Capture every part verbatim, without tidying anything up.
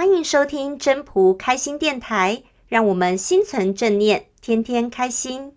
欢迎收听真仆开心电台，让我们心存正念，天天开心。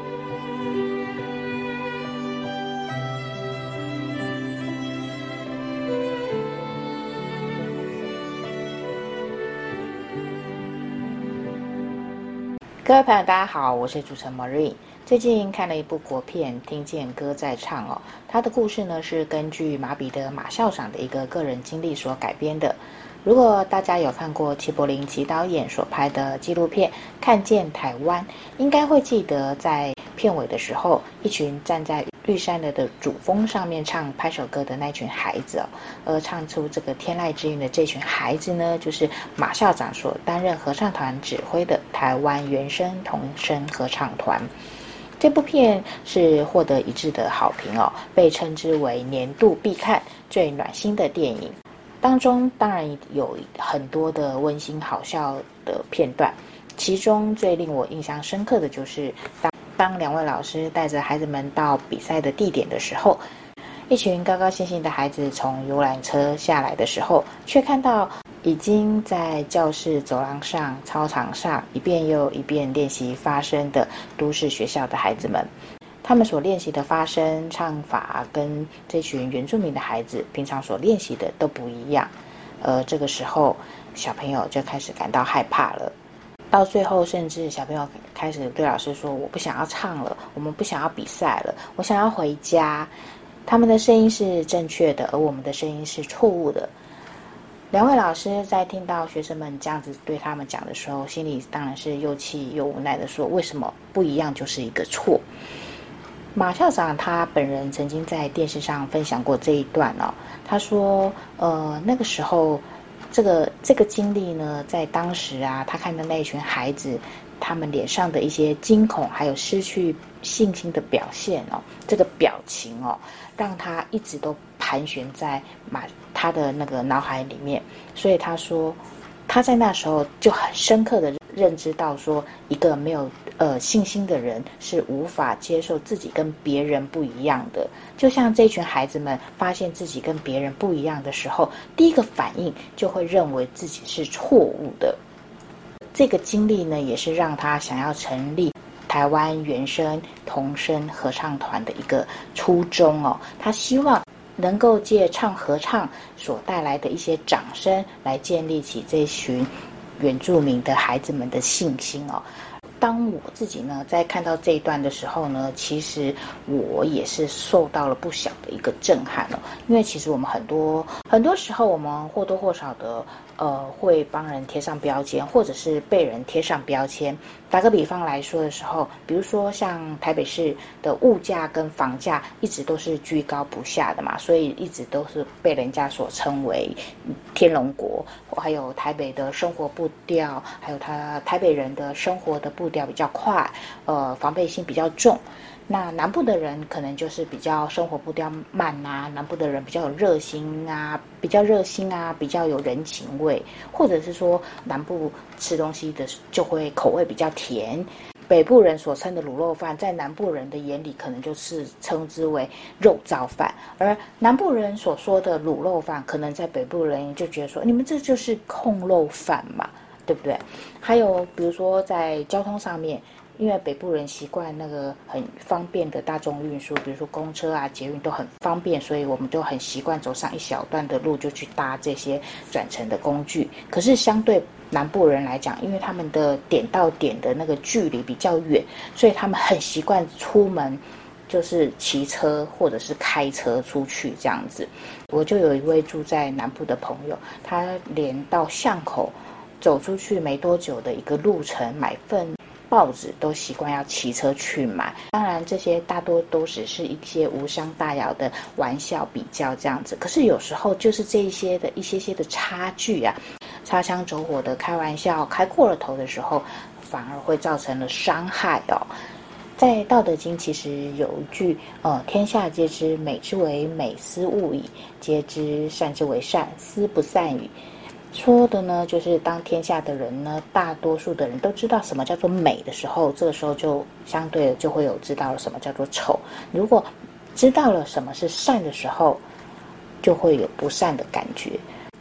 各位朋友大家好，我是主持人 Marie。 最近看了一部国片《听见歌在唱》哦，它的故事呢是根据马彼得马校长的一个个人经历所改编的。如果大家有看过齐柏林齐导演所拍的纪录片《看见台湾》，应该会记得在片尾的时候，一群站在绿山的主峰上面唱拍手歌的那群孩子哦，而唱出这个天籁之音的这群孩子呢，就是马校长所担任合唱团指挥的台湾原声童声合唱团。这部片是获得一致的好评哦，被称之为年度必看最暖心的电影。当中当然有很多的温馨好笑的片段，其中最令我印象深刻的就是当当两位老师带着孩子们到比赛的地点的时候，一群高高兴兴的孩子从游览车下来的时候，却看到已经在教室走廊上、操场上一遍又一遍练习发声的都市学校的孩子们。他们所练习的发声唱法跟这群原住民的孩子平常所练习的都不一样，而这个时候小朋友就开始感到害怕了。到最后甚至小朋友开始对老师说，我不想要唱了，我们不想要比赛了，我想要回家。他们的声音是正确的，而我们的声音是错误的。两位老师在听到学生们这样子对他们讲的时候，心里当然是又气又无奈的说，为什么不一样就是一个错。马校长他本人曾经在电视上分享过这一段哦，他说呃那个时候这个这个经历呢，在当时啊，他看到那一群孩子他们脸上的一些惊恐还有失去信心的表现哦，这个表情哦，让他一直都盘旋在马他的那个脑海里面。所以他说他在那时候就很深刻的认知到说，一个没有呃信心的人是无法接受自己跟别人不一样的。就像这群孩子们发现自己跟别人不一样的时候，第一个反应就会认为自己是错误的。这个经历呢，也是让他想要成立台湾原声童声合唱团的一个初衷哦。他希望能够借唱合唱所带来的一些掌声，来建立起这群原住民的孩子们的信心哦。当我自己呢在看到这一段的时候呢，其实我也是受到了不小的一个震撼哦。因为其实我们很多很多时候，我们或多或少的呃会帮人贴上标签，或者是被人贴上标签。打个比方来说的时候，比如说像台北市的物价跟房价一直都是居高不下的嘛，所以一直都是被人家所称为天龙国。还有台北的生活步调，还有他台北人的生活的步调比较快，呃，防备心比较重。那南部的人可能就是比较生活步调慢啊，南部的人比较有热心啊，比较热心啊，比较有人情味，或者是说南部吃东西的就会口味比较甜。北部人所称的卤肉饭，在南部人的眼里可能就是称之为肉燥饭，而南部人所说的卤肉饭，可能在北部人就觉得说，你们这就是控肉饭嘛，对不对？还有比如说在交通上面，因为北部人习惯那个很方便的大众运输，比如说公车啊、捷运都很方便，所以我们都很习惯走上一小段的路就去搭这些转乘的工具。可是相对南部人来讲，因为他们的点到点的那个距离比较远，所以他们很习惯出门就是骑车或者是开车出去这样子。我就有一位住在南部的朋友，他连到巷口走出去没多久的一个路程买份报纸都习惯要骑车去买。当然这些大多都只是一些无伤大雅的玩笑比较这样子，可是有时候就是这一些的一些些的差距啊，擦枪走火的开玩笑开过了头的时候，反而会造成了伤害哦。在《道德经》其实有一句呃，天下皆知美之为美，斯恶已；皆知善之为善，斯不善已。说的呢，就是当天下的人呢，大多数的人都知道什么叫做美的时候，这个时候就相对的就会有知道了什么叫做丑。如果知道了什么是善的时候，就会有不善的感觉。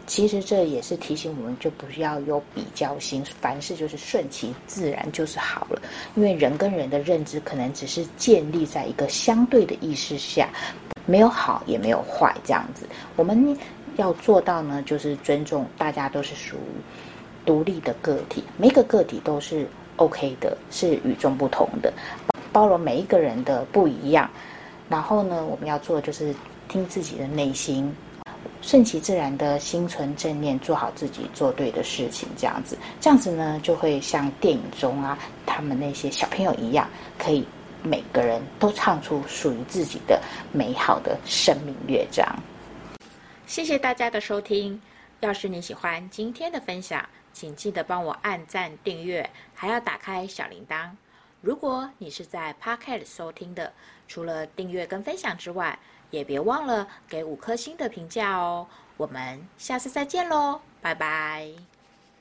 其实这也是提醒我们，就不要有比较心，凡事就是顺其自然就是好了。因为人跟人的认知可能只是建立在一个相对的意识下，没有好也没有坏这样子。我们要做到呢，就是尊重大家都是属于独立的个体，每个个体都是 OK 的，是与众不同的，包容每一个人的不一样。然后呢，我们要做的就是听自己的内心，顺其自然的心存正念，做好自己做对的事情，这样子，这样子呢，就会像电影中啊，他们那些小朋友一样，可以每个人都唱出属于自己的美好的生命乐章。谢谢大家的收听。要是你喜欢今天的分享，请记得帮我按赞、订阅，还要打开小铃铛。如果你是在 Podcast 收听的，除了订阅跟分享之外，也别忘了给五颗星的评价哦。我们下次再见喽，拜拜。